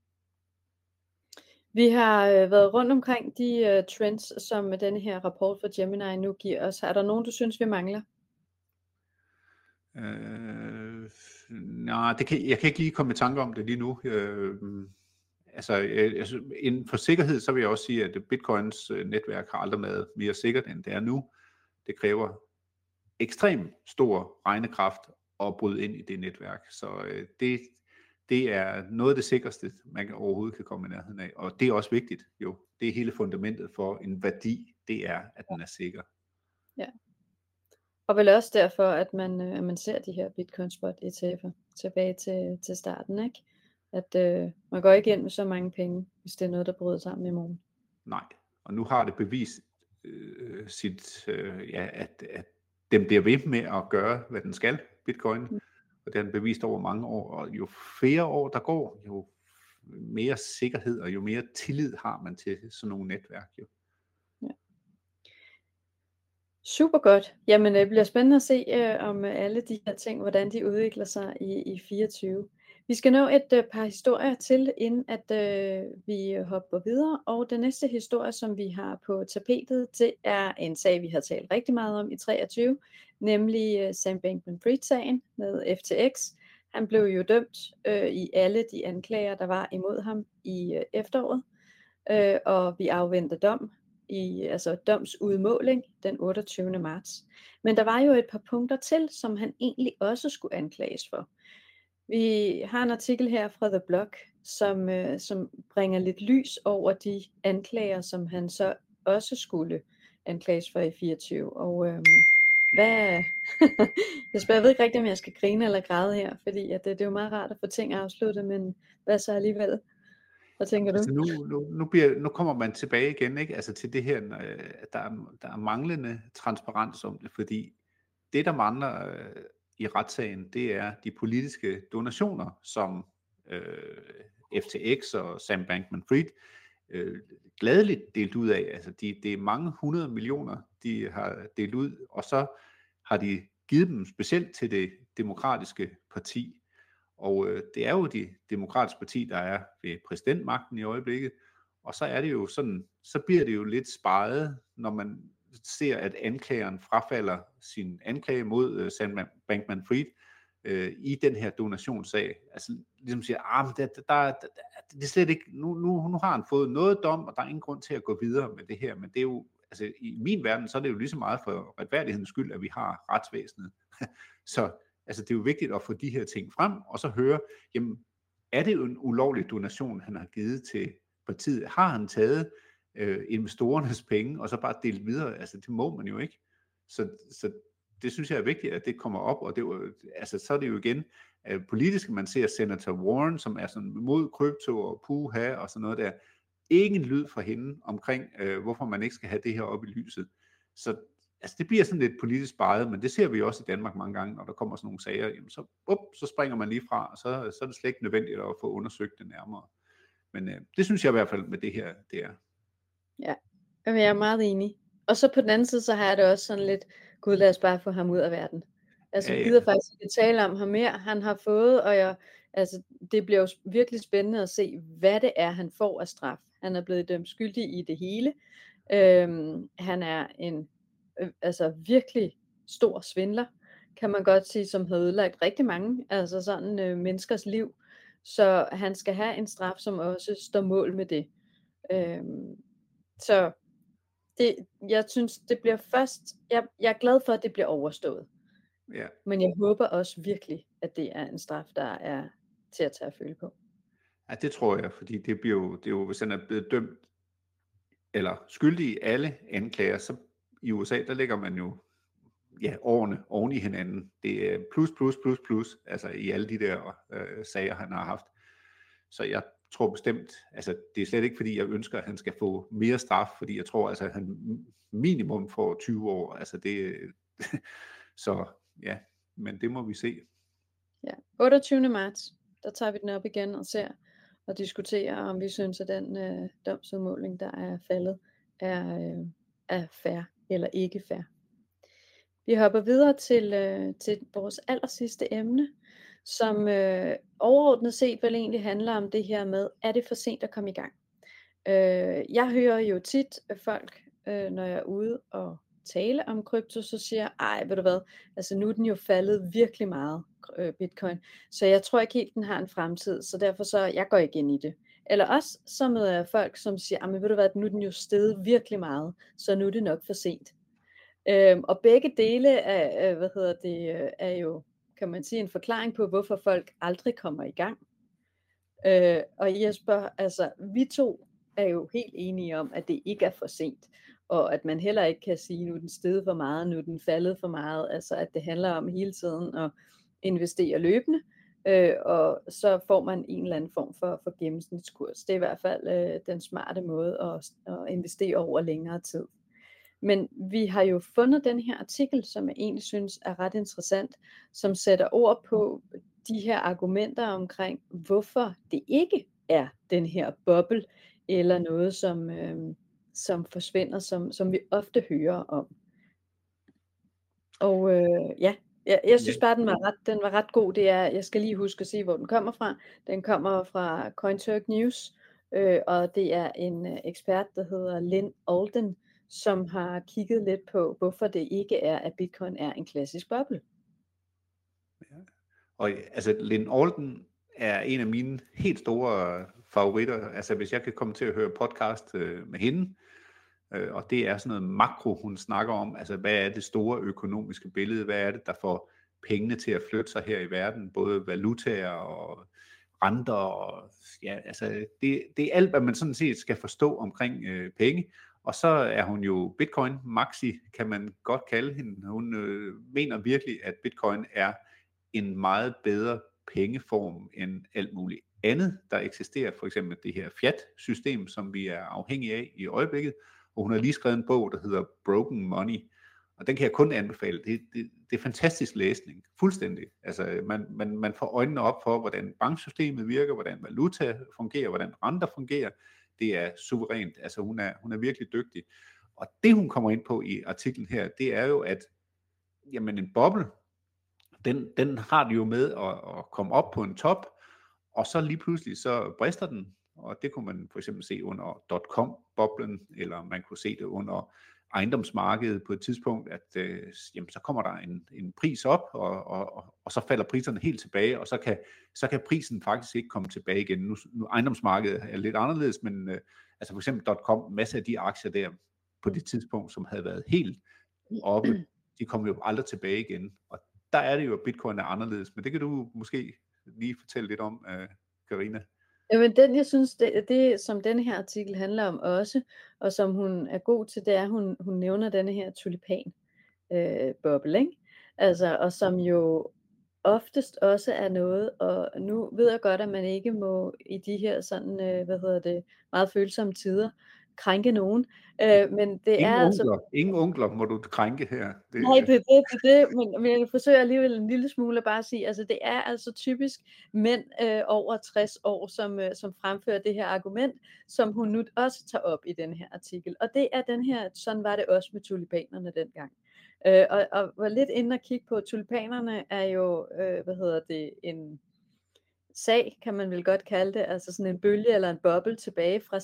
Vi har været rundt omkring de trends, som denne her rapport fra Gemini nu giver os. Er der nogen, du synes, vi mangler? Nej, jeg kan ikke lige komme i tanke om det lige nu. Inden for sikkerhed, så vil jeg også sige, at Bitcoins netværk har aldrig været mere sikkert, end det er nu. Det kræver ekstremt stor regnekraft at bryde ind i det netværk. Så det er noget af det sikreste, man overhovedet kan komme i nærheden af. Og det er også vigtigt, jo. Det er hele fundamentet for en værdi, det er, at den er sikker. Ja. Og vel også derfor, at man ser de her Bitcoin Spot ETF'er tilbage til starten, ikke? At man går ikke ind med så mange penge, hvis det er noget, der bryder sammen i morgen. Nej, og nu har det bevist at den bliver ved med at gøre, hvad den skal, Bitcoin. Og det har den bevist over mange år, og jo flere år der går, jo mere sikkerhed og jo mere tillid har man til sådan nogle netværk. Jo. Ja. Super godt. Jamen det bliver spændende at se om alle de her ting, hvordan de udvikler sig i 24. Vi skal nå et par historier til, inden at vi hopper videre. Og den næste historie, som vi har på tapetet, det er en sag, vi har talt rigtig meget om i 23, nemlig Sam Bankman-Fried-sagen med FTX. Han blev jo dømt i alle de anklager, der var imod ham i efteråret, og vi afventer dom. Domsudmåling den 28. marts. Men der var jo et par punkter til, som han egentlig også skulle anklages for. Vi har en artikel her fra The Block, som bringer lidt lys over de anklager, som han så også skulle anklages for i 24. Og hvad... jeg ved ikke rigtig, om jeg skal grine eller græde her, fordi at det er jo meget rart at få ting afsluttet, men hvad så alligevel? Hvad tænker du? Altså nu kommer man tilbage igen, ikke? Altså til det her, der er manglende transparens om det, fordi det, der mangler i retssagen, det er de politiske donationer, som FTX og Sam Bankman-Fried gladeligt delt ud af. Altså det er mange 100 millioner, de har delt ud, og så har de givet dem specielt til det demokratiske parti. Og det er jo det demokratiske parti, der er ved præsidentmagten i øjeblikket, og så er det jo sådan, så bliver det jo lidt sparet, når man ser, at anklageren frafalder sin anklage mod Sam Bankman-Fried i den her donationssag. Altså ligesom siger, det er slet ikke, nu har han fået noget dom, og der er ingen grund til at gå videre med det her, men det er jo, altså i min verden, så er det jo lige så meget for retfærdighedens skyld, at vi har retsvæsenet. Så altså det er jo vigtigt at få de her ting frem, og så høre, jamen, er det jo en ulovlig donation, han har givet til partiet? Har han taget investorernes penge, og så bare delt videre? Altså det må man jo ikke. Så det synes jeg er vigtigt, at det kommer op, og det jo, altså, så er det jo igen politisk, man ser Senator Warren, som er sådan mod krypto og puha og sådan noget der. Ingen lyd fra hende omkring, hvorfor man ikke skal have det her op i lyset. Så altså det bliver sådan lidt politisk sparet, men det ser vi også i Danmark mange gange, når der kommer sådan nogle sager, jamen så springer man lige fra, og så er det slet ikke nødvendigt at få undersøgt det nærmere. Men det synes jeg i hvert fald med det her, det er. Ja, jeg er meget enig. Og så på den anden side, så har jeg det også sådan lidt, gud lad os bare få ham ud af verden. Altså vi gider faktisk ikke tale om ham mere, han har fået, og det bliver jo virkelig spændende at se, hvad det er, han får af straf. Han er blevet dømt skyldig i det hele. Han er en virkelig stor svindler, kan man godt sige, som har ødelagt rigtig mange menneskers liv. Så han skal have en straf, som også står mål med det. Så jeg synes, det bliver først, jeg er glad for, at det bliver overstået. Ja. Men jeg håber også virkelig, at det er en straf, der er til at tage at føle på. Ja, det tror jeg, fordi det er jo, hvis han er blevet dømt, eller skyldig i alle anklager, så i USA, der lægger man jo årene oven i hinanden. Det er plus, altså i alle de der sager, han har haft. Så jeg tror bestemt, altså det er slet ikke fordi, jeg ønsker, at han skal få mere straf, fordi jeg tror, altså at han minimum får 20 år. Altså det, så ja, men det må vi se. Ja, 28. marts, der tager vi den op igen og ser og diskuterer, om vi synes, at den domsudmåling, der er faldet, er fair eller ikke fair. Vi hopper videre til vores allersidste emne, som overordnet set vel egentlig handler om det her med, er det for sent at komme i gang? Jeg hører jo tit af folk, når jeg er ude og tale om krypto, så siger jeg, ej, ved du hvad, altså nu er den jo faldet virkelig meget, bitcoin, så jeg tror ikke helt, den har en fremtid, så derfor så, jeg går ikke ind i det. Eller også, så møder jeg folk, som siger, men ved du hvad, nu er den jo steget virkelig meget, så nu er det nok for sent. Og begge dele af, er jo, kan man sige, en forklaring på, hvorfor folk aldrig kommer i gang. Og Jesper, altså vi to er jo helt enige om, at det ikke er for sent, og at man heller ikke kan sige, nu er den steget for meget, nu er den faldet for meget, altså at det handler om hele tiden at investere løbende, og så får man en eller anden form for gennemsnitskurs. Det er i hvert fald den smarte måde at investere over længere tid. Men vi har jo fundet den her artikel, som jeg egentlig synes er ret interessant, som sætter ord på de her argumenter omkring, hvorfor det ikke er den her boble, eller noget, som forsvinder, som vi ofte hører om. Og jeg synes bare, den var ret god. Jeg skal lige huske at sige, hvor den kommer fra. Den kommer fra CoinTurk News, og det er en ekspert, der hedder Lynn Alden, som har kigget lidt på, hvorfor det ikke er, at Bitcoin er en klassisk boble. Ja. Og altså, Lynn Alden er en af mine helt store favoritter. Altså, hvis jeg kan komme til at høre podcast med hende, og det er sådan noget makro, hun snakker om. Altså, hvad er det store økonomiske billede? Hvad er det, der får pengene til at flytte sig her i verden? Både valutaer og renter. Og, ja, altså, det er alt, hvad man sådan set skal forstå omkring penge. Og så er hun jo Bitcoin maxi, kan man godt kalde hende. Hun mener virkelig, at Bitcoin er en meget bedre pengeform end alt muligt andet, der eksisterer. For eksempel det her fiat-system, som vi er afhængige af i øjeblikket. Og hun har lige skrevet en bog, der hedder Broken Money. Og den kan jeg kun anbefale. Det er fantastisk læsning. Fuldstændig. Altså, man får øjnene op for, hvordan banksystemet virker, hvordan valuta fungerer, hvordan renter fungerer. Det er suverænt. Altså, hun er virkelig dygtig. Og det, hun kommer ind på i artiklen her, det er jo, at jamen, en boble, den har det jo med at komme op på en top, og så lige pludselig så brister den, og det kunne man for eksempel se under .com-boblen, eller man kunne se det under ejendomsmarkedet på et tidspunkt, at jamen, så kommer der en pris op, og så falder priserne helt tilbage, og så kan prisen faktisk ikke komme tilbage igen. Nu ejendomsmarkedet er lidt anderledes, men altså for eksempel .com, masser af de aktier der på det tidspunkt, som havde været helt oppe, de kommer jo aldrig tilbage igen, og der er det jo, at Bitcoin er anderledes, men det kan du måske lige fortælle lidt om, Karina. Jamen jeg synes, det som denne her artikel handler om også, og som hun er god til, det er, hun nævner denne her tulipan boble, ikke? Altså, og som jo oftest også er noget, og nu ved jeg godt, at man ikke må i de her sådan, meget følsomme tider, krænke nogen, men det er altså... Ingen onkler må du krænke her. Nej, det er det, men jeg forsøger alligevel en lille smule at bare sige, altså det er altså typisk mænd over 60 år, som fremfører det her argument, som hun nu også tager op i den her artikel. Og det er den her, sådan var det også med tulipanerne dengang. Og var lidt inde og kigge på, tulipanerne er jo, en sag, kan man vel godt kalde det, altså sådan en bølge eller en boble tilbage fra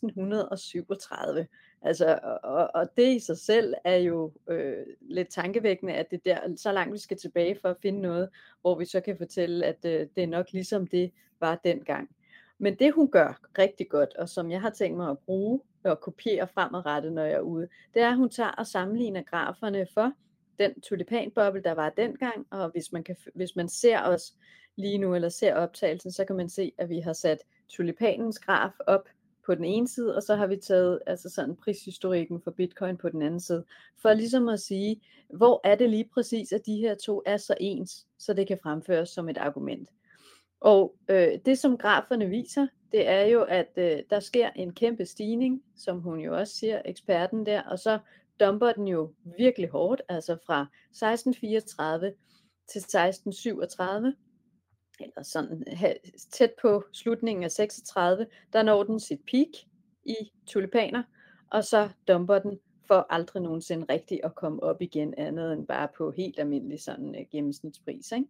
1637. Altså, og det i sig selv er jo lidt tankevækkende, at det der så langt vi skal tilbage for at finde noget, hvor vi så kan fortælle, at det er nok ligesom det var dengang. Men det hun gør rigtig godt, og som jeg har tænkt mig at bruge og kopiere fremadrettet, når jeg er ude, det er, at hun tager og sammenligner graferne for den tulipanboble, der var dengang, og hvis man ser os lige nu, eller ser optagelsen, så kan man se, at vi har sat tulipanens graf op på den ene side, og så har vi taget altså sådan prishistorikken for Bitcoin på den anden side, for ligesom at sige, hvor er det lige præcis, at de her to er så ens, så det kan fremføres som et argument. Og det som graferne viser, det er jo, at der sker en kæmpe stigning, som hun jo også siger, eksperten der, og så dumper den jo virkelig hårdt, altså fra 1634 til 1637, eller sådan tæt på slutningen af 36, der når den sit peak i tulipaner, og så dumper den for aldrig nogensinde rigtigt at komme op igen, andet end bare på helt almindelig sådan gennemsnitspris, ikke?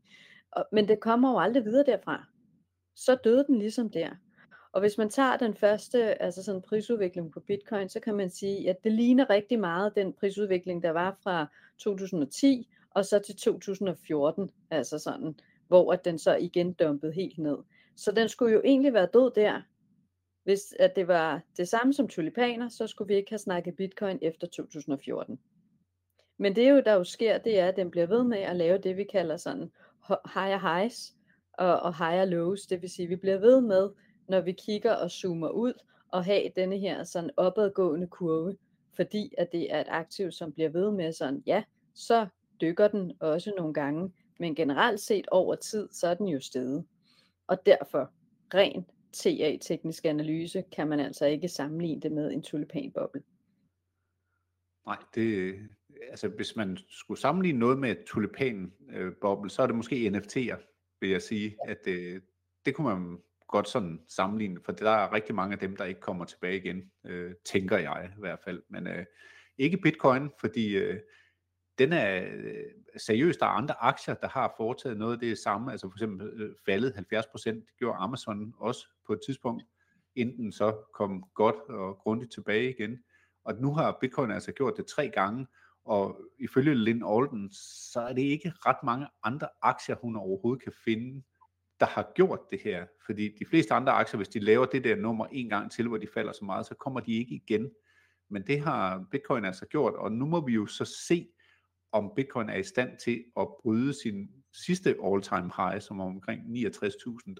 Men det kommer jo aldrig videre derfra. Så døde den ligesom der. Og hvis man tager den første altså sådan prisudvikling på Bitcoin, så kan man sige, at det ligner rigtig meget den prisudvikling, der var fra 2010 og så til 2014, altså sådan, hvor at den så igen dumpede helt ned. Så den skulle jo egentlig være død der. Hvis at det var det samme som tulipaner, så skulle vi ikke have snakket Bitcoin efter 2014. Men det der jo sker, det er, at den bliver ved med at lave det, vi kalder sådan higher highs og higher lows. Det vil sige, at vi bliver ved med, når vi kigger og zoomer ud, og have denne her sådan opadgående kurve, fordi at det er et aktiv, som bliver ved med sådan, ja, så dykker den også nogle gange, men generelt set over tid, så er den jo steget. Og derfor, ren TA-teknisk analyse, kan man altså ikke sammenligne det med en tulipanboble. Nej, altså hvis man skulle sammenligne noget med tulipanboble, så er det måske NFT'er, vil jeg sige, at det kunne man godt sådan sammenligne, for der er rigtig mange af dem, der ikke kommer tilbage igen, tænker jeg i hvert fald, men ikke Bitcoin, fordi den er seriøst, der er andre aktier, der har foretaget noget af det samme, altså for eksempel faldet 70%, det gjorde Amazon også på et tidspunkt, inden den så kom godt og grundigt tilbage igen. Og nu har Bitcoin altså gjort det 3 gange, og ifølge Lynn Alden, så er det ikke ret mange andre aktier, hun overhovedet kan finde, der har gjort det her. Fordi de fleste andre aktier, hvis de laver det der nummer en gang til, hvor de falder så meget, så kommer de ikke igen. Men det har Bitcoin altså gjort, og nu må vi jo så se, om Bitcoin er i stand til at bryde sin sidste all-time high, som er omkring $69,000.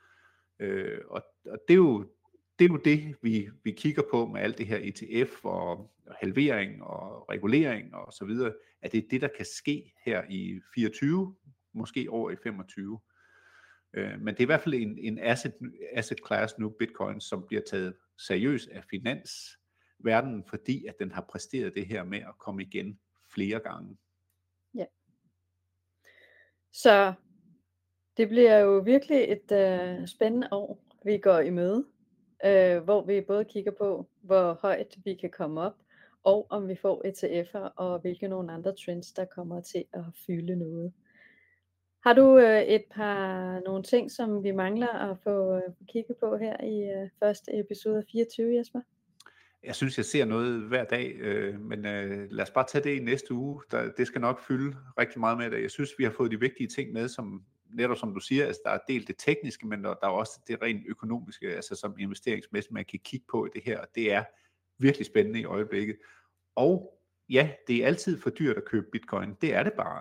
Og det er jo det, vi kigger på med alt det her ETF og halvering og regulering og så videre, at det er det, der kan ske her i 24, måske over i 25. Men det er i hvert fald en asset class nu, Bitcoin, som bliver taget seriøst af finansverdenen, fordi at den har præsteret det her med at komme igen flere gange. Ja. Så det bliver jo virkelig et spændende år, vi går i møde, hvor vi både kigger på, hvor højt vi kan komme op, og om vi får ETF'er, og hvilke nogle andre trends, der kommer til at fylde noget. Har du nogle ting, som vi mangler at få kigget på her i første episode af 24, Jesper? Jeg synes, jeg ser noget hver dag, men lad os bare tage det i næste uge. Det skal nok fylde rigtig meget med det. Jeg synes, vi har fået de vigtige ting med, som netop som du siger, altså der er delt det tekniske, men der er også det rent økonomiske, altså som investeringsmæssigt, man kan kigge på i det her. Det er virkelig spændende i øjeblikket. Og ja, det er altid for dyrt at købe bitcoin. Det er det bare.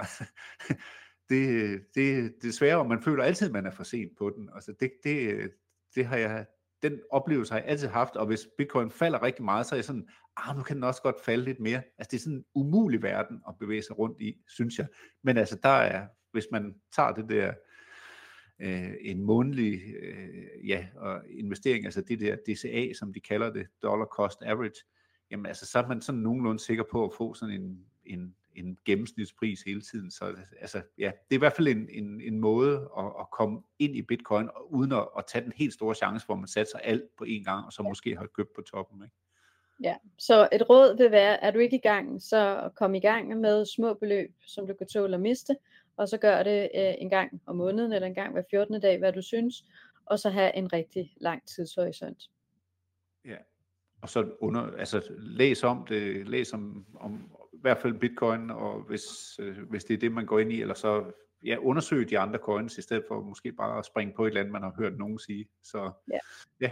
det er desværre, og man føler altid, at man er for sent på den. Altså det har jeg... Den oplevelse har jeg altid haft, og hvis Bitcoin falder rigtig meget, så er jeg sådan, nu kan den også godt falde lidt mere. Altså det er sådan en umulig verden at bevæge sig rundt i, synes jeg. Men altså der er, hvis man tager det der, en månedlig og investering, altså det der DCA, som de kalder det, Dollar Cost Average, jamen altså så er man sådan nogenlunde sikker på at få sådan en gennemsnitspris hele tiden. Så altså, ja, det er i hvert fald en måde at komme ind i Bitcoin, uden at tage den helt store chance, hvor man satser alt på én gang, og så måske har købt på toppen. Ikke? Ja, så et råd vil være, er du ikke i gang, så kom i gang med små beløb, som du kan tåle at miste, og så gør det en gang om måneden, eller en gang hver 14. dag, hvad du synes, og så have en rigtig lang tidshorisont. Ja, og så læs om det, læs om i hvert fald Bitcoin, og hvis det er det, man går ind i, eller så undersøg de andre coins, i stedet for måske bare at springe på et eller andet, man har hørt nogen sige. Så ja.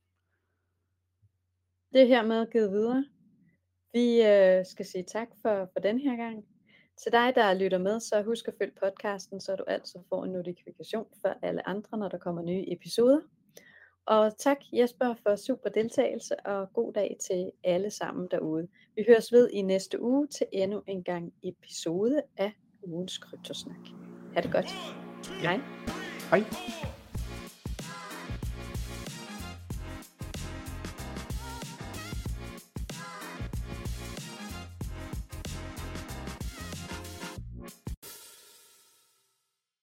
Det er hermed givet videre. Vi skal sige tak for den her gang. Til dig, der lytter med, så husk at følge podcasten, så du altid får en notifikation for alle andre, når der kommer nye episoder. Og tak Jesper for super deltagelse, og god dag til alle sammen derude. Vi høres ved i næste uge til endnu en gang episode af ugens Kryptosnak. Ha' det godt. Ja. Hej. Hej.